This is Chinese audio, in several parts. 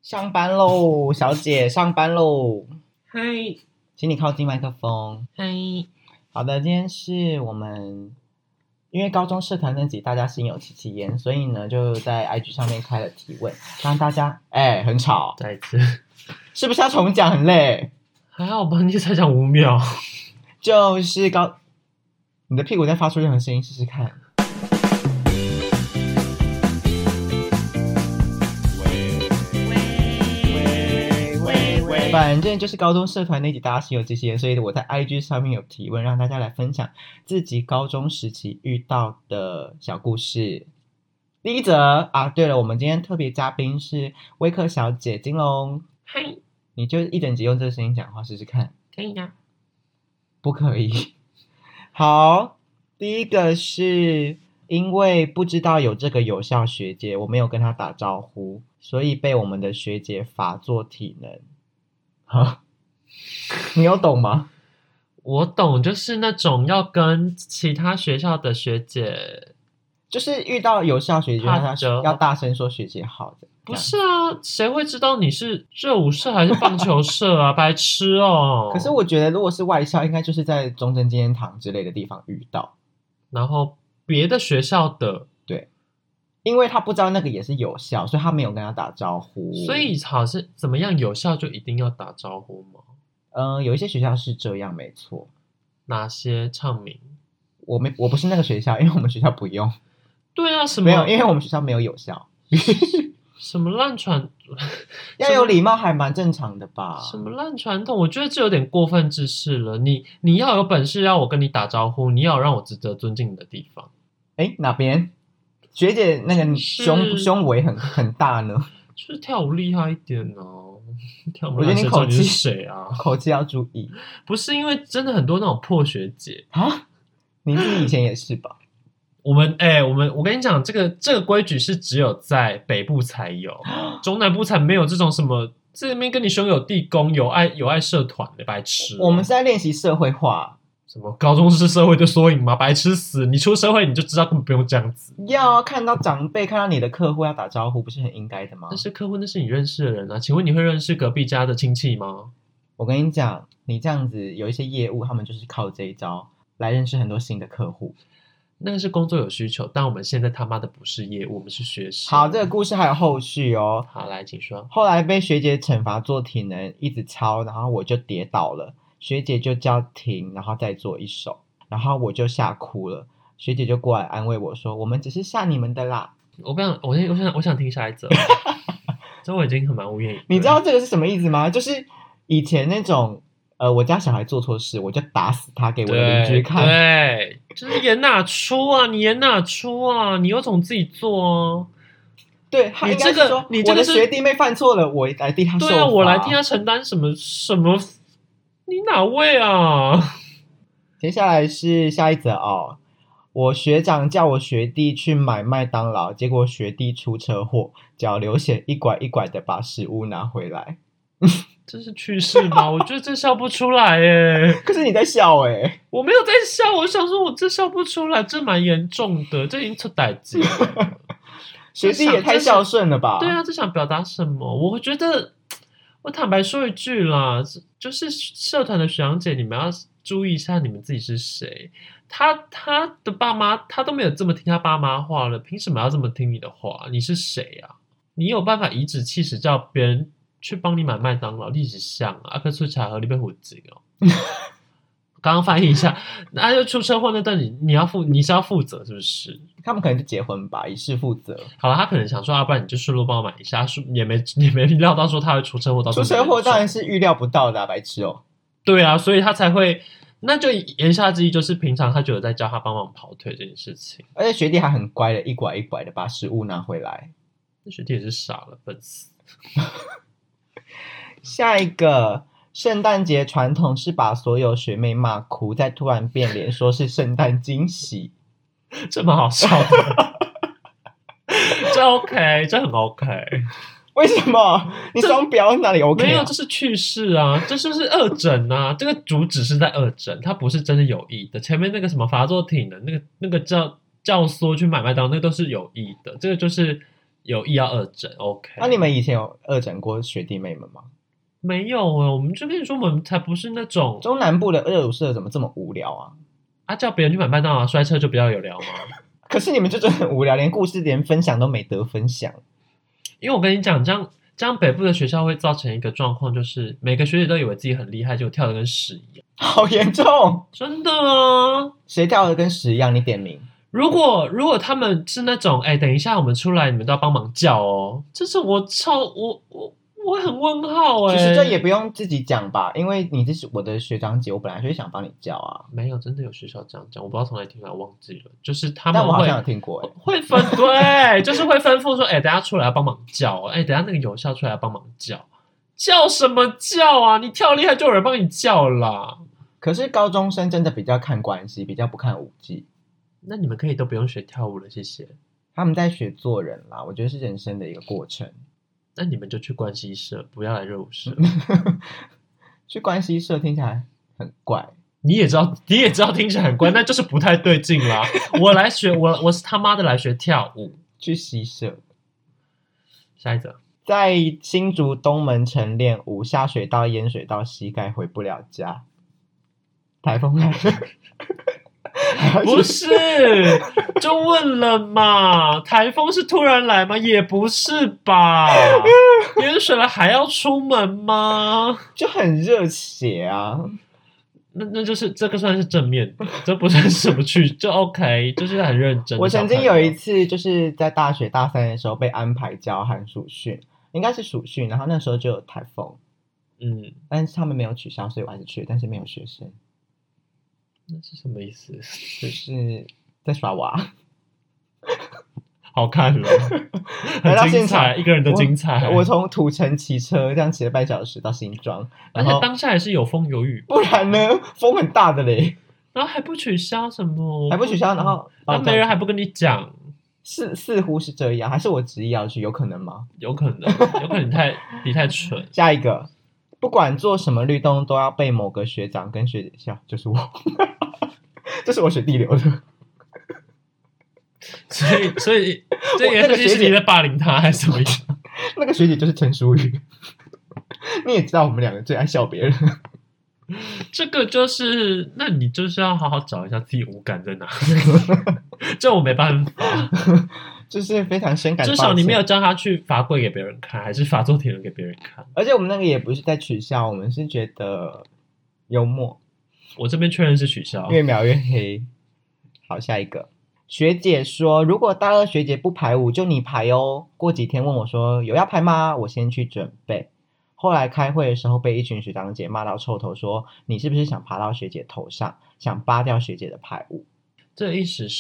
上班喽，小姐，上班喽！ 嗨， 请你靠近麦克风。 嗨， 好的，今天是我们因为高中社团那集大家心有戚戚焉，所以呢就在 IG 上面开了提问，让大家很吵， 再一次， 是不是要重讲很累？ 还好吧，你才讲5秒。 就是你的屁股再发出任何声音试试看。反正就是高中社团那集大家心有戚戚焉，所以我在 IG 上面有提问，让大家来分享自己高中时期遇到的小故事。第一则啊，对了，我们今天特别嘉宾是威克小姐金龙， 嗨， 你就一整集用这个声音讲话试试看。 可以呀。 不可以。好，第一个是因为不知道有这个有效学姐，我没有跟她打招呼，所以被我们的学姐罚做体能。哈，你有懂吗？ 我懂，就是那种要跟其他学校的学姐， 就是遇到有效学姐要大声说学姐好的。 不是啊，谁会知道你是热舞社还是棒球社啊？白痴哦！ 可是我觉得如果是外校，应该就是在中正纪念堂之类的地方遇到， 然后别的学校的， 对，因为他不知道那个也是有效，所以他没有跟他打招呼。 所以好像怎么样有效就一定要打招呼吗？ 有一些学校是这样，没错。 哪些唱名？ 我不是那个学校，因为我们学校不用。 对啊，什么没有，因为我们学校没有有效。 什么烂传， 要有礼貌还蛮正常的吧？ 什么烂传统？我觉得这有点过分之事了。你要有本事，要我跟你打招呼，你要让我值得尊敬你的地方。 哪边？学姐那个胸围很大呢？ 就是跳舞厉害一点哦。跳舞， 我觉得你口气是谁啊？ 口气要注意。 不是因为真的很多那种破学姐啊？你自己以前也是吧？ 我跟你讲，这个规矩是只有在北部才有，中南部才没有这种什么这边跟你兄友弟恭有爱社团的白痴。 我们是在练习社会化。 什么高中是社会的缩影吗？白痴死！你出社会你就知道根本不用这样子。 要看到长辈，看到你的客户要打招呼，不是很应该的吗？ 但是客户那是你认识的人啊，请问你会认识隔壁家的亲戚吗？ 我跟你讲，你这样子有一些业务，他们就是靠这一招来认识很多新的客户。 那个是工作有需求，但我们现在他妈的不是业务，我们是学生。 好，这个故事还有后续哦。 好，来，请说。 后来被学姐惩罚做体能，一直抄，然后我就跌倒了，学姐就叫停，然后再做一首，然后我就吓哭了。学姐就过来安慰我说：“我们只是吓你们的啦。” 我想听下一则。这我已经很蛮无言以对。 你知道这个是什么意思吗？就是以前那种我家小孩做错事，我就打死他给我的邻居看。 对，就是演哪出啊？你演哪出啊？你有种自己做哦。 对，他应该是说我的学弟妹犯错了，我来替他受罚。 对啊，我来替他承担什么？你哪位啊？ 接下来是下一则哦。我学长叫我学弟去买麦当劳，结果学弟出车祸，脚流血，一拐一拐的把食物拿回来。 这是趣事吗？我觉得这笑不出来耶。 可是你在笑耶。 我没有在笑，我想说我这笑不出来，这蛮严重的，这已经出代志了。 学弟也太孝顺了吧？ 对啊，这想表达什么？我觉得，我坦白说一句啦，就是社团的学长姐，你们要注意一下你们自己是谁。他的爸妈，他都没有这么听他爸妈话了，凭什么要这么听你的话？你是谁啊？你有办法颐指气使叫别人去帮你买麦当劳，历史像啊，可出茶和你被虎子哦。刚刚翻译一下，那就出车祸那段你是要负责是不是？ 他们可能是结婚吧，以示负责。 好了，他可能想说，不然你就顺路帮我买一下，也没料到说他会出车祸。 出车祸当然是预料不到的白痴哦。 对啊，所以他才会，那就言下之意就是平常他就有在叫他帮忙跑腿这件事情。 而且学弟还很乖的，一拐一拐的把食物拿回来。 那学弟也是傻了，笨死。 下一个。圣诞节传统是把所有学妹骂哭，再突然变脸说是圣诞惊喜， 这么好笑的。这 OK， 这很 OK。 为什么？你双标哪里 OK？ 没有，这是趣事啊，这是不是恶整啊？这个主旨是在恶整，它不是真的有意的。前面那个什么罚坐艇的那个教唆去买麦当劳，那个都是有意的。这个就是有意要二诊 ，OK。 那你们以前有二诊过学弟妹们吗？ 没有我们就跟你说，我们才不是那种中南部的热舞社怎么这么无聊啊？ 叫别人去买麦当劳摔车就比较有聊吗？ 可是你们就真的很无聊，连故事连分享都没得分享。 因为我跟你讲，这样北部的学校会造成一个状况，就是每个学姐都以为自己很厉害，结果跳的跟屎一样。 好严重！ 真的啊！ 谁跳的跟屎一样？你点名。 如果他们是那种，等一下我们出来，你们都要帮忙叫哦，这是我很问号其实这也不用自己讲吧，因为你这是我的学长姐，我本来就想帮你叫啊。 没有，真的有学校这样讲，我不知道从哪里听来，忘记了。就是他们但我好像有听过， 会分对，就是会吩咐说，等一下出来要帮忙叫，等一下那个有效出来要帮忙叫，叫什么叫啊？你跳厉害就有人帮你叫啦。 可是高中生真的比较看关系，比较不看舞技。 那你们可以都不用学跳舞了，谢谢。 他们在学做人啦，我觉得是人生的一个过程。 那你们就去关系社，不要来热舞社。 去关系社听起来很怪， 你也知道听起来很怪，那就是不太对劲啦。我来学，我是他妈的来学跳舞。 去西社。 下一则， 在新竹东门晨练舞，下水道淹水到膝盖，回不了家。台风来了。 不是，就问了嘛。台风是突然来吗？也不是吧。淹水了还要出门吗？ 就很热血啊。 那就是这个算是正面的，这不算是什么去就 OK， 就是很认真。 我曾经有一次就是在大学大三的时候被安排教寒暑训，应该是暑训，然后那时候就有台风，但是他们没有取消，所以我还是去了，但是没有学生。 那是什么意思？ 就是在耍娃。 好看了，很精彩，一个人的精彩。 我从土城骑车，这样骑了半小时到新庄， 而且当下也是有风有雨， 不然呢？风很大的嘞。 然后还不取消什么？ 还不取消，然后没人还不跟你讲， 似乎是这样，还是我执意要去？有可能吗？ 有可能你太蠢。 下一个，不管做什么律动，都要被某个学长跟学姐笑，就是我，这是我学弟留的。 所以这也是你在霸凌他还是什么意思？ 那个学姐就是陈淑宇。你也知道我们两个最爱笑别人。 这个就是，那你就是要好好找一下自己五感在哪里。这我没办法。 就是非常深感， 至少你没有叫他去罚跪给别人看，还是罚做铁人给别人看。 而且我们那个也不是在取笑，我们是觉得幽默。 我这边确认是取笑， 越描越黑。好，下一个学姐说，如果大二学姐不排舞，就你排哦。过几天问我说有要排吗？我先去准备。后来开会的时候被一群学长姐骂到臭头，说你是不是想爬到学姐头上，想扒掉学姐的排舞？ 这意思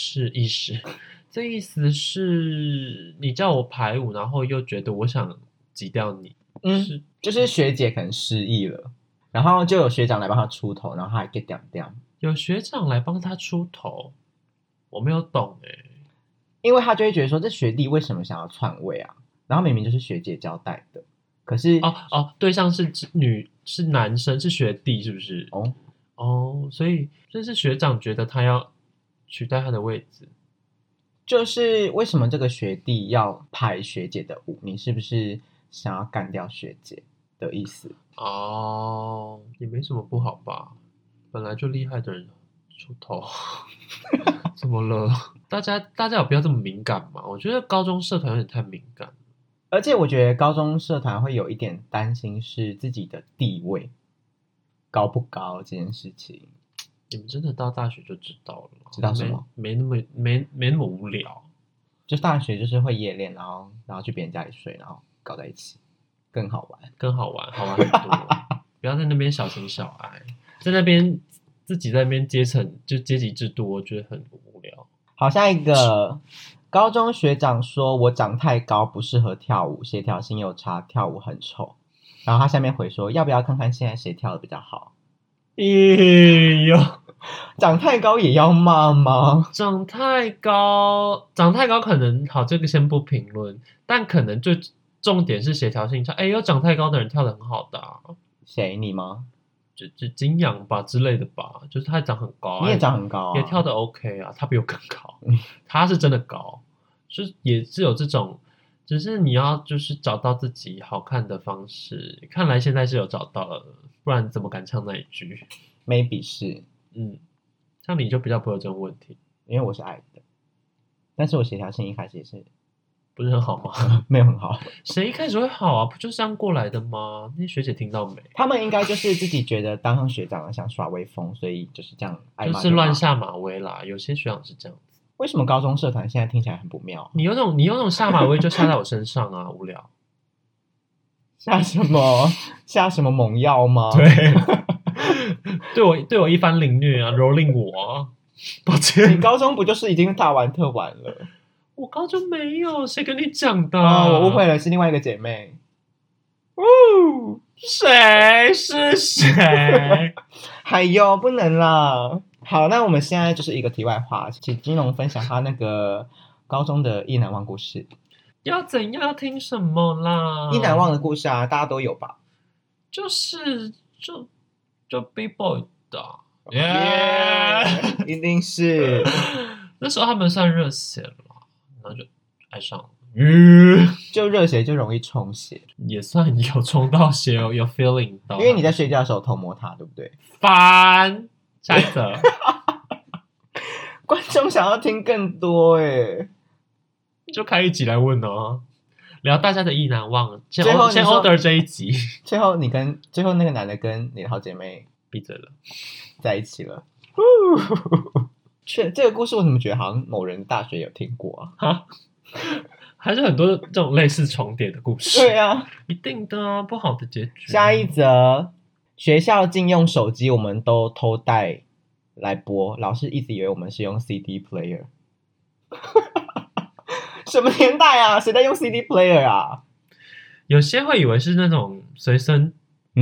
是你叫我排舞，然后又觉得我想挤掉你。 就是学姐可能失忆了，然后就有学长来帮她出头，然后她还 get 掉。有学长来帮她出头，我没有懂因为他就会觉得说这学弟为什么想要篡位啊？然后明明就是学姐交代的，可是对象是男生是学弟是不是？所以这是学长觉得他要取代他的位置。 就是为什么这个学弟要排学姐的舞？你是不是想要干掉学姐的意思？ 也没什么不好吧，本来就厉害的人出头。怎么了？大家有必要这么敏感吗？我觉得高中社团有点太敏感， 而且我觉得高中社团会有一点担心是自己的地位高不高这件事情。 你们真的到大学就知道了？ 知道什么？ 没那么无聊。 就大学就是会夜恋，然后去别人家里睡，然后搞在一起，更好玩，好玩很多。不要在那边小情小爱，在那边自己在那边阶级制度，我觉得很无聊。好，下一个，高中学长说我长太高不适合跳舞，协调性又差，跳舞很丑。然后他下面回说，要不要看看现在谁跳的比较好？长太高也要骂吗？长太高可能好，这个先不评论，但可能最重点是协调性差。有长太高的人跳得很好的谁？你吗？就金阳吧之类的吧，就是他长很高，你也长很高也跳得 OK 啊，他比我更高。他是真的高，就是也是有这种只是你要就是找到自己好看的方式，看来现在是有找到了，不然怎么敢唱那一句？ maybe 是像你就比较不会有这种问题， 因为我是矮的，但是我协调性一开始也是不是很好吗？ 没有很好。 谁一开始会好啊？不就是这样过来的吗？那些学姐听到没？ 他们应该就是自己觉得当上学长了想耍威风，所以就是这样爱骂就是乱下马威啦。有些学长是这样子。 为什么高中社团现在听起来很不妙？ 你有种下马威就下在我身上啊，无聊。 下什么猛药吗？ 对，对我一番凌虐啊，蹂躏我啊。抱歉， 你高中不就是已经大玩特玩了？ 我高中没有，谁跟你讲的？ 我误会了，是另外一个姐妹。 谁是谁？ 哎呦，不能啦！好，那我们现在就是一个题外话，请金龙分享他那个高中的意难忘故事。 要怎样听什么啦？ 意难忘的故事啊，大家都有吧？ 就是就 B boy 的， 一定是。 那时候他们算热血了，然后就爱上了。 就热血就容易充血， 也算有冲到血，有 feeling 到。 因为你在睡觉的时候偷摸他，对不对？ 烦，下一则。 观众想要听更多耶， 就开一集来问哦，聊大家的意难忘。先 order 这一集。 最后那个男的跟你的好姐妹闭嘴了， 在一起了。这个故事我怎么觉得好像某人大学有听过啊？ 还是很多这种类似重叠的故事。 对啊， 一定的啊，不好的结局。 下一则，学校禁用手机，我们都偷带来播，老师一直以为我们是用 CD player。什么年代啊？谁在用 CD player 啊？ 有些会以为是那种随身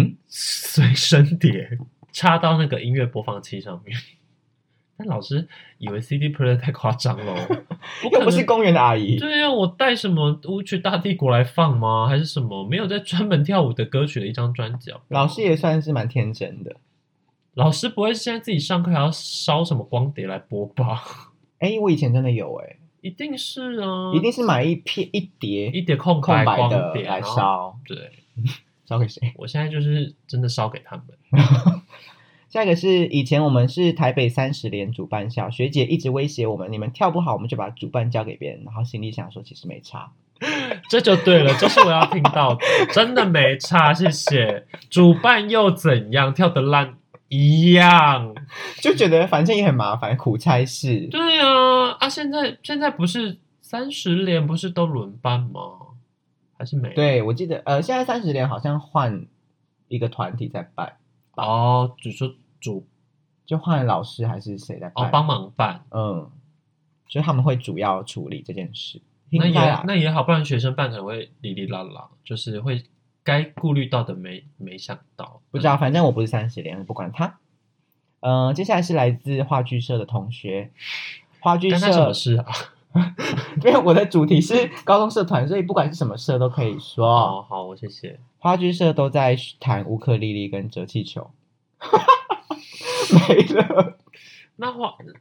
碟插到那个音乐播放器上面。但老师以为 CD player 太夸张了， 又不是公园的阿姨。 对啊，我带什么舞曲大帝国来放吗？还是什么没有在专门跳舞的歌曲的一张专辑？ 老师也算是蛮天真的。 老师不会现在自己上课还要烧什么光碟来播吧？ 我以前真的有一定是啊， 一定是买一叠空白光碟来烧。 对， 烧给谁？ 我现在就是真的烧给他们。 下一个是以前我们是台北30连主办校，学姐一直威胁我们，你们跳不好我们就把主办交给别人，然后心里想说其实没差。 这就对了，这是我要听到的，真的没差，谢谢。主办又怎样，跳得烂一样， 就觉得反正也很麻烦，苦差事。 对啊，现在不是30连不是都轮班吗？还是没？ 对，我记得现在30连好像换一个团体在办。 哦，只说就换老师还是谁在办？ 帮忙办。 就他们会主要处理这件事。 那也好，不然学生办可能会哩哩啦啦，就是会该顾虑到的没想到。 不知道，反正我不是30连，不管他。接下来是来自话剧社的同学，话剧社干他什么事啊？ 因为我的主题是高中社团，所以不管是什么社都可以说。 好，我谢谢。 话剧社都在弹乌克丽丽跟折气球。没了。 那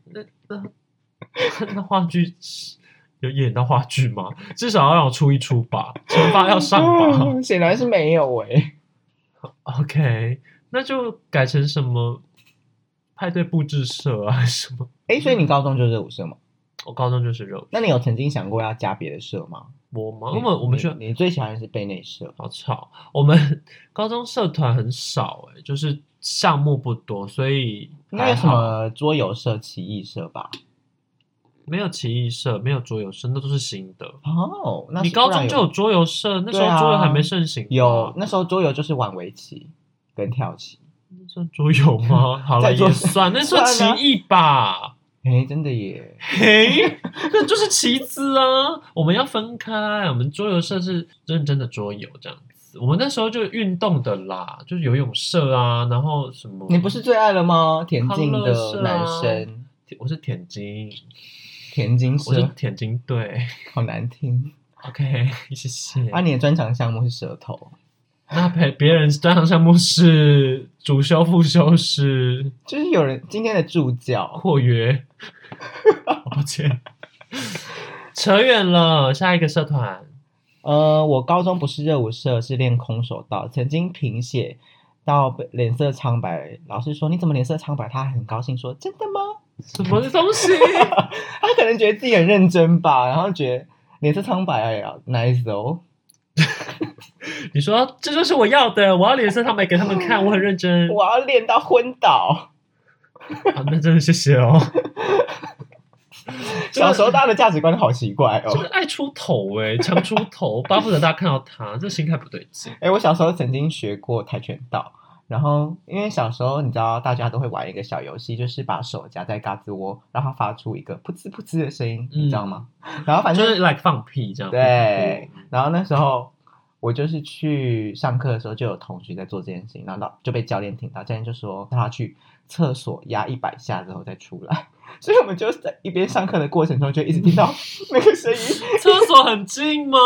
话剧有演到话剧吗？至少要让我出一出吧，惩罚要上吧。 显然是没有 OK， 那就改成什么派对布置社啊什么。 所以你高中就是热舞社吗？ 我高中就是热舞。 那你有曾经想过要加别的社吗？ 我吗？因为我们学校你最喜欢的是贝内社。 好吵，我们高中社团很少就是项目不多，所以那有什么桌游社、棋艺社吧？ 没有棋艺社，没有桌游社，那都是新的。 那你高中就有桌游社，那时候桌游还没盛行。 有，那时候桌游就是玩围棋跟跳棋。 那算桌游吗？好了，也算，那算棋艺吧。 真的耶！ 那就是棋子啊！我们要分开，我们桌游社是认真的桌游这样子。我们那时候就运动的啦，就是游泳社啊，然后什么。 你不是最爱了吗？田径的男生， 我是田径社， 我是田径队， 好难听。 OK， 谢谢。 你的专长项目是舌头。 那别人专长项目是主修、副修是， 就是有人今天的助教括约。抱歉，扯远了。下一个社团， 我高中不是热舞社，是练空手道，曾经贫血到脸色苍白，老师说你怎么脸色苍白？他还很高兴说真的吗？ 什么东西？ 他可能觉得自己很认真吧，然后觉得脸色苍白，哎呀 ，nice 哦。 你说这就是我要的，我要脸色苍白给他们看，我很认真。 我要练到昏倒。 好，那真的谢谢哦。 小时候大家的价值观好奇怪哦， 就是爱出头强出头，巴不得大家看到他，这心态不对劲。 我小时候曾经学过跆拳道，然后因为小时候你知道大家都会玩一个小游戏，就是把手夹在嘎吱窝，让它发出一个噗呲噗呲的声音，你知道吗？然后反正就是 like 放屁这样。 对，然后那时候我就是去上课的时候就有同学在做这件事情，然后就被教练听到，教练就说让他去厕所压100下之后再出来。所以我们就在一边上课的过程中，就一直听到那个声音。 厕所很近吗？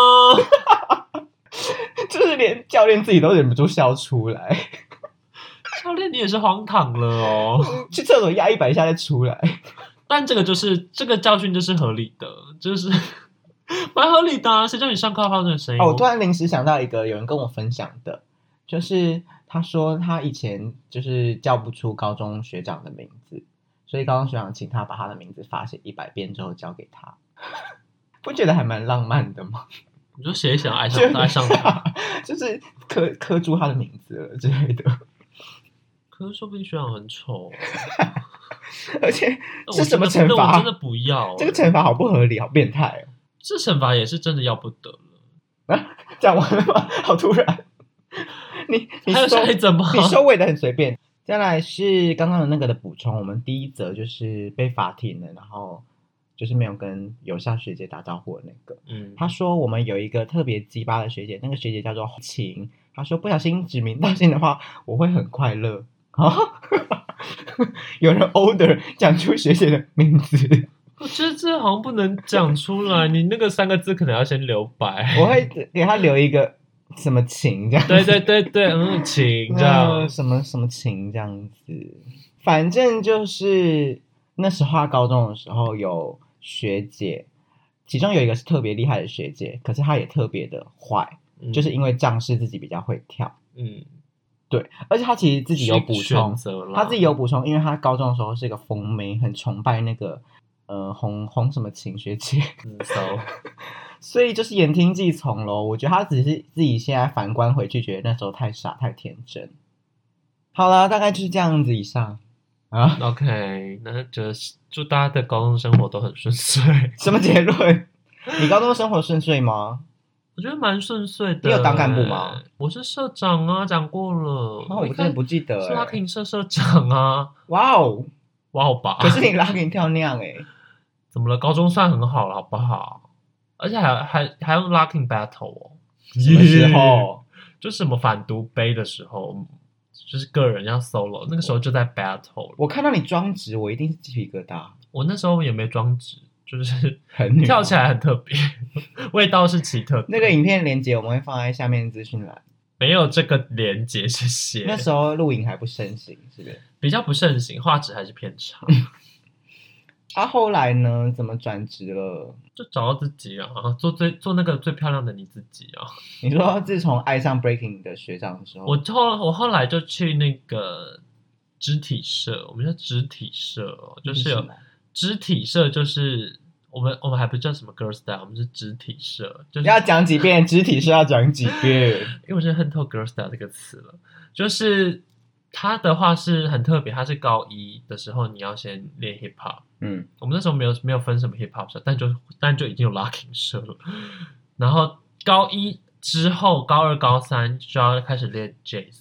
就是连教练自己都忍不住笑出来。 教练，你也是荒唐了哦！ 去厕所压100下再出来。 但这个教训就是合理的，就是蛮合理的啊。谁叫你上课放这个声音？ 我突然临时想到一个，有人跟我分享的，就是他说他以前就是叫不出高中学长的名字。所以高中学长请他把他的名字发写100遍之后交给他，不觉得还蛮浪漫的吗？ 你说谁想爱上他， 就是刻住他的名字了之类的。 可是说不定学长很丑， 而且是什么惩罚？ 我真的不要， 这个惩罚好不合理，好变态哦！ 这惩罚也是真的要不得了。 讲完了吗？好突然。你还有下一则吗？ 你收尾的很随便。再来是刚刚的那个的补充，我们第一则就是被罚停了，然后就是没有跟有效学姐打招呼的那个。他说我们有一个特别鸡巴的学姐，那个学姐叫做晴，他说不小心指名道姓的话，我会很快乐啊。有人 order 讲出学姐的名字， 我觉得这好像不能讲出来，你那个3个字可能要先留白。 我会给他留一个。什么情这样子？ 对，情这样， 什么情这样子，反正就是那时候高中的时候有学姐，其中有一个是特别厉害的学姐，可是她也特别的坏，就是因为仗势自己比较会跳，对，而且她其实自己有补充，她自己有补充，因为她高中的时候是一个疯妹，很崇拜那个红什么情学姐，所以就是言听计从咯。我觉得他只是自己现在反观回去，觉得那时候太傻太天真。好了，大概就是这样子以上啊。 OK， 那就祝大家的高中生活都很顺遂。 什么结论？你高中生活顺遂吗？ 我觉得蛮顺遂的。 你有当干部吗？ 我是社长啊，讲过了。 我真的不记得。 是 Locking 社长啊。 哇哦， 哇哦吧。 可是你 Locking 跳那样怎么了？高中算很好了，好不好？而且还用 Locking Battle 哦。 什么时候？ 就是什么反毒杯的时候，就是个人要 solo， 那个时候就在 battle。 我看到你装直，我一定是鸡皮疙瘩。 我那时候也没装直，就是很跳起来很特别，味道是奇特的。 那个影片连结我们会放在下面资讯栏。 没有这个连结，谢谢。 那时候录影还不盛行，是不是？ 比较不盛行，画质还是偏差。 后来呢？怎么转职了？ 就找到自己啊，做那个最漂亮的你自己啊。 你说自从爱上 breaking 的学长的时候， 我后来就去那个肢体社，我们叫肢体社就是有肢体社，就是我们还不叫什么 girl style， 我们是肢体社，就是要讲几遍肢体社要讲几遍， 因为我真的恨透 girl style 这个词了，就是它的话是很特别，它是高一的时候你要先练 hip hop。我们那时候没有分什么 hip hop 社，但就已经有 locking 社了。然后高一之后，高二、高三就要开始练 jazz，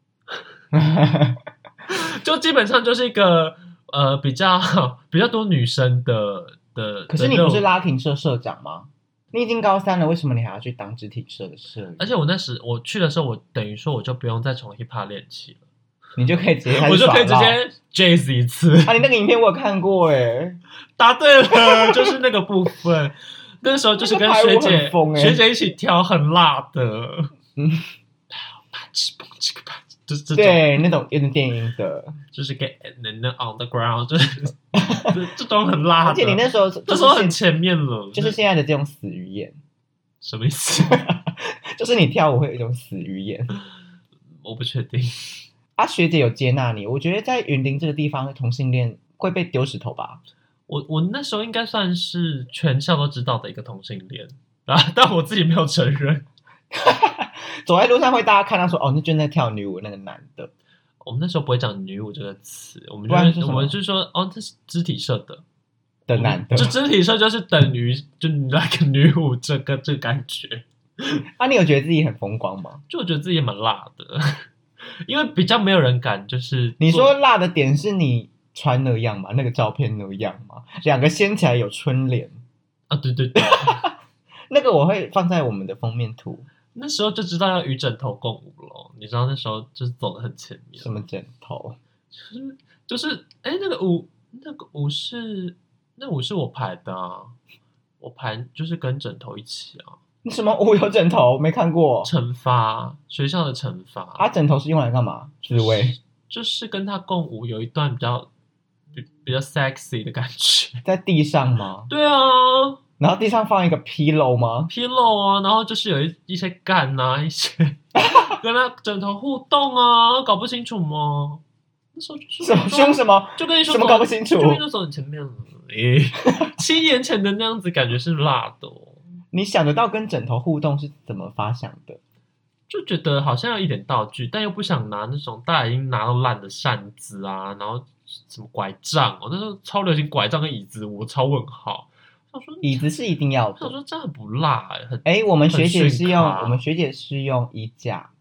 就基本上就是一个比较多女生的。 可是你不是 locking 社社长吗？你已经高三了，为什么你还要去当肢体社的社员？ 而且我去的时候，我等于说我就不用再从 hip hop 练起了。 你就可以直接我就可以直接 jazz 一次啊！你那个影片我有看过耶， 答对了，就是那个部分。那时候就是跟学姐一起跳很辣的，就是对那种有点电音的， 就是 get on the ground， 就是这种很辣的。 而且你那时候很前面了， 就是现在的这种死鱼眼。 什么意思？ 就是你跳舞会有一种死鱼眼。 我不确定。 啊，学姐有接纳你，我觉得在云林这个地方，同性恋会被丢石头吧？ 我那时候应该算是全校都知道的一个同性恋啊，但我自己没有承认。 走在路上会大家看到说，哦，那就在跳女舞那个男的。 我们那时候不会讲女舞这个词，我们就说哦，这是肢体社的男的， 就肢体社就是等于就那个女舞这个感觉。 啊，你有觉得自己很风光吗？ 就我觉得自己也蛮辣的，因为比较没有人敢就是你说辣的点是你穿那样吗？那个照片那样吗？两个掀起来有春联啊，对对对， 那个我会放在我们的封面图。 那时候就知道要与枕头共舞了，你知道那时候就是走得很前面。 什么枕头？ 就是那个舞是我排的啊，我排就是跟枕头一起啊。 什么舞有枕头？没看过。 惩罚学校的惩罚啊，枕头是用来干嘛？自慰？ 就是跟他共舞，有一段比较 sexy 的感觉。 在地上吗？ 对啊。 然后地上放一个 pillow 吗 ？pillow 啊，然后就是有一些干啊，一些跟他枕头互动啊，搞不清楚吗？那时候就是凶什么？ 就跟你说什么搞不清楚？ 就跟你说走你前面了。7年前的那样子感觉是辣的哦。 你想得到跟枕头互动是怎么发想的？ 就觉得好像要一点道具，但又不想拿那种大家已经拿到烂的扇子啊，然后什么拐杖哦，那时候超流行拐杖跟椅子，我超问号。 椅子是一定要的。 我说这样很不辣我们学姐是用衣架。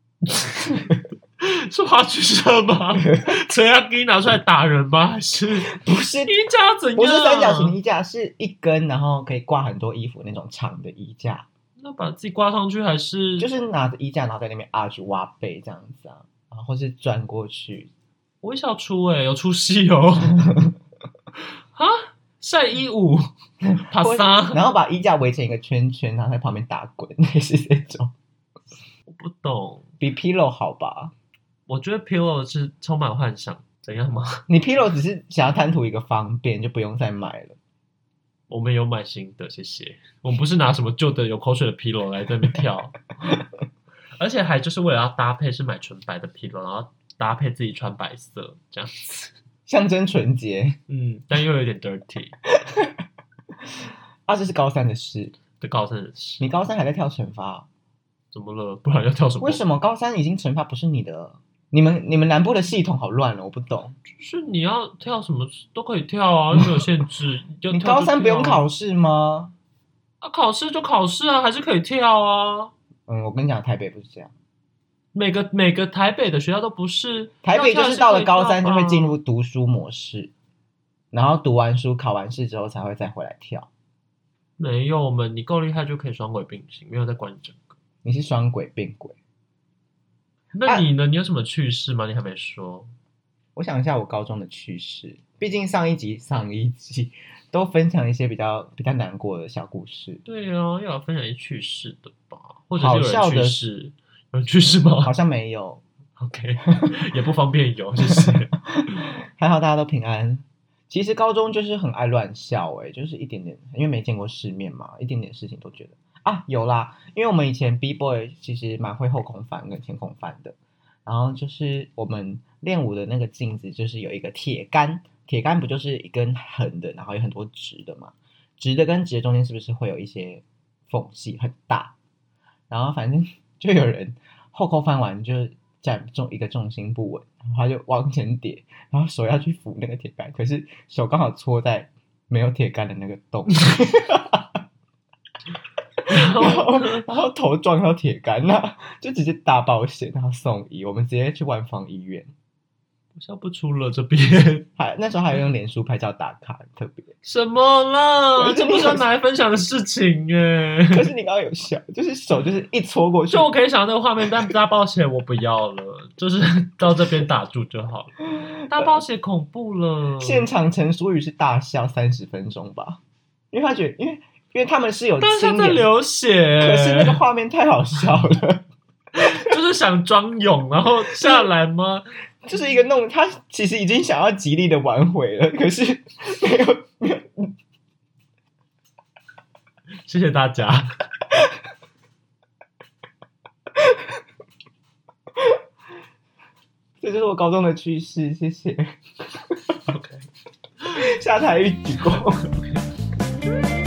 是话剧社吗？谁要给你拿出来打人吗？还是不是衣架怎样？ 不是三角形衣架，是一根，然后可以挂很多衣服那种长的衣架。 那把自己挂上去还是？ 就是拿着衣架，然后在那边挖背这样子啊，然后是转过去。 我也是要出有出戏哦。啊，晒衣舞，爬沙， 然后把衣架围成一个圈圈，然后在旁边打滚，类似这种。 我不懂， 比 pillow 好吧？ 我觉得 pillow 是充满幻想，怎样吗？ 你 pillow 只是想要贪图一个方便，就不用再买了。 我们有买新的，谢谢。我们不是拿什么旧的有口水的 pillow 来在那边跳，而且还就是为了要搭配，是买纯白的 pillow， 然后搭配自己穿白色这样子， 象征纯洁。 但又有点 dirty。 这是高三的事。 对，高三的事。 你高三还在跳惩罚？ 怎么了？不然要跳什么？ 为什么高三已经惩罚不是你的了？你们南部的系统好乱了，我不懂。 就是你要跳什么都可以跳啊，又没有限制。 你高三不用考试吗？ 考试就考试啊，还是可以跳啊。 我跟你讲，台北不是这样。 每个台北的学校都不是。 台北就是到了高三就会进入读书模式，然后读完书考完试之后才会再回来跳。 没有你够厉害就可以双轨并行，没有在管整个。 你是双轨并轨。 那你呢？你有什么趣事吗？你还没说。 我想一下我高中的趣事，毕竟上一集都分享一些比较难过的小故事。 对啊，要分享一些趣事的吧，或者好笑的有人趣事吗？ 好像没有。 OK， 也不方便有，谢谢。 还好大家都平安。其实高中就是很爱乱笑，就是一点点，因为没见过世面嘛，一点点事情都觉得有啦。因为我们以前 B-boy 其实蛮会后空翻跟前空翻的，然后就是我们练舞的那个镜子就是有一个铁杆不就是一根横的，然后有很多直的嘛，直的跟直的中间是不是会有一些缝隙很大，然后反正就有人后空翻完就一个重心不稳，然后他就往前跌，然后手要去扶那个铁杆，可是手刚好戳在没有铁杆的那个洞。然后头撞到铁杆，那就直接大爆血，然后送医，我们直接去万芳医院。 我笑不出了这边。 那时候还有用脸书拍照打卡，很特别。 什么啦？这不是拿来分享的事情耶。 可是你刚刚有笑，就是手就是一戳过去。 就我可以想到那个画面，但大爆血我不要了，就是到这边打住就好了。大爆血恐怖了。 现场陈淑宇是大笑30分钟吧，因为他觉得因为他们是有但是他在流血， 可是那个画面太好笑了。 就是想装勇然后下来吗？ 就是一个他其实已经想要极力的挽回了，可是没有。 谢谢大家。 这就是我高中的趋势，谢谢。 OK， 下台一鞠躬。 OK。